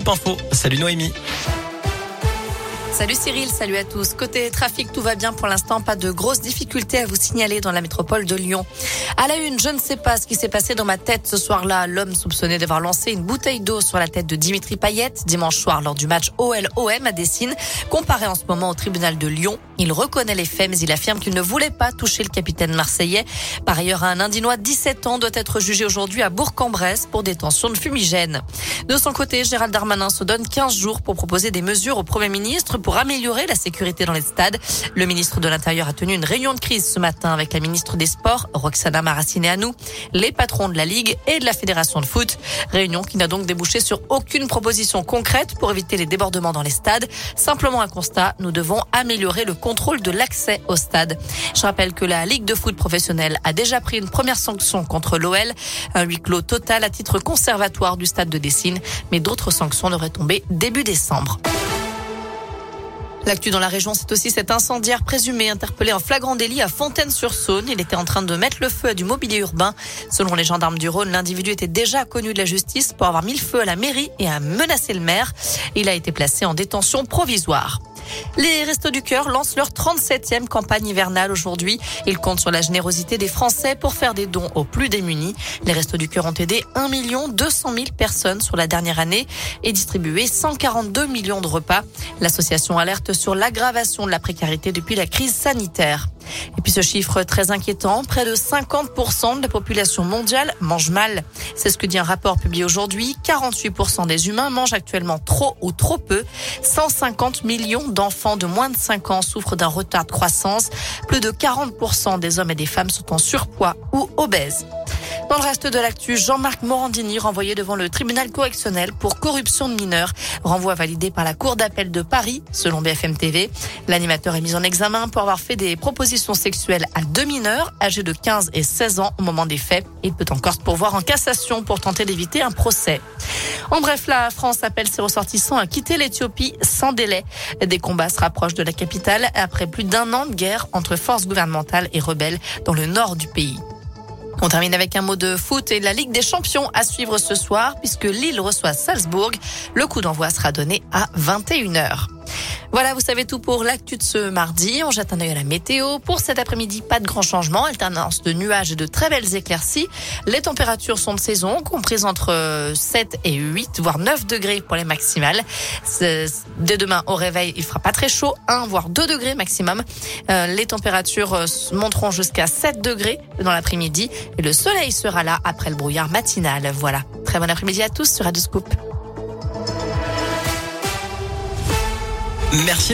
Scoop Info. Salut Noémie. Salut Cyril, salut à tous. Côté trafic, tout va bien pour l'instant. Pas de grosses difficultés à vous signaler dans la métropole de Lyon. À la une, je ne sais pas ce qui s'est passé dans ma tête ce soir-là. L'homme soupçonné d'avoir lancé une bouteille d'eau sur la tête de Dimitri Payet dimanche soir lors du match OL-OM à Dessine, comparé en ce moment au tribunal de Lyon. Il reconnaît les faits, mais il affirme qu'il ne voulait pas toucher le capitaine marseillais. Par ailleurs, un Indinois de 17 ans doit être jugé aujourd'hui à Bourg-en-Bresse pour détention de fumigène. De son côté, Gérald Darmanin se donne 15 jours pour proposer des mesures au Premier ministre pour améliorer la sécurité dans les stades. Le ministre de l'Intérieur a tenu une réunion de crise ce matin avec la ministre des Sports, Roxana Maracineanu, les patrons de la Ligue et de la Fédération de foot. Réunion qui n'a donc débouché sur aucune proposition concrète pour éviter les débordements dans les stades. Simplement un constat, nous devons améliorer le contrôle de l'accès au stade. Je rappelle que la Ligue de foot professionnelle a déjà pris une première sanction contre l'OL, un huis clos total à titre conservatoire du stade de Dessine, mais d'autres sanctions devraient tomber début décembre. L'actu dans la région, c'est aussi cet incendiaire présumé interpellé en flagrant délit à Fontaine-sur-Saône. Il était en train de mettre le feu à du mobilier urbain. Selon les gendarmes du Rhône, l'individu était déjà connu de la justice pour avoir mis le feu à la mairie et a menacé le maire. Il a été placé en détention provisoire. Les Restos du Cœur lancent leur 37e campagne hivernale aujourd'hui. Ils comptent sur la générosité des Français pour faire des dons aux plus démunis. Les Restos du Cœur ont aidé 1 200 000 personnes sur la dernière année et distribué 142 millions de repas. L'association alerte sur l'aggravation de la précarité depuis la crise sanitaire. Et puis ce chiffre très inquiétant, près de 50% de la population mondiale mange mal. C'est ce que dit un rapport publié aujourd'hui. 48% des humains mangent actuellement trop ou trop peu. 150 millions d'enfants de moins de 5 ans souffrent d'un retard de croissance. Plus de 40% des hommes et des femmes sont en surpoids ou obèses. Dans le reste de l'actu, Jean-Marc Morandini renvoyé devant le tribunal correctionnel pour corruption de mineurs. Renvoi validé par la Cour d'appel de Paris, selon BFM TV. L'animateur est mis en examen pour avoir fait des propositions sexuelles à 2 mineurs âgés de 15 et 16 ans au moment des faits. Il peut encore se pourvoir en cassation pour tenter d'éviter un procès. En bref, la France appelle ses ressortissants à quitter l'Éthiopie sans délai. Des combats se rapprochent de la capitale après plus d'1 an de guerre entre forces gouvernementales et rebelles dans le nord du pays. On termine avec un mot de foot et la Ligue des Champions à suivre ce soir puisque Lille reçoit Salzbourg. Le coup d'envoi sera donné à 21h. Voilà, vous savez tout pour l'actu de ce mardi. On jette un œil à la météo. Pour cet après-midi, pas de grands changements. Alternance de nuages et de très belles éclaircies. Les températures sont de saison, comprises entre 7 et 8, voire 9 degrés pour les maximales. Dès demain, au réveil, il fera pas très chaud. 1, voire 2 degrés maximum. Les températures monteront jusqu'à 7 degrés dans l'après-midi. Et le soleil sera là après le brouillard matinal. Voilà. Très bon après-midi à tous sur Radio Scoop. Merci.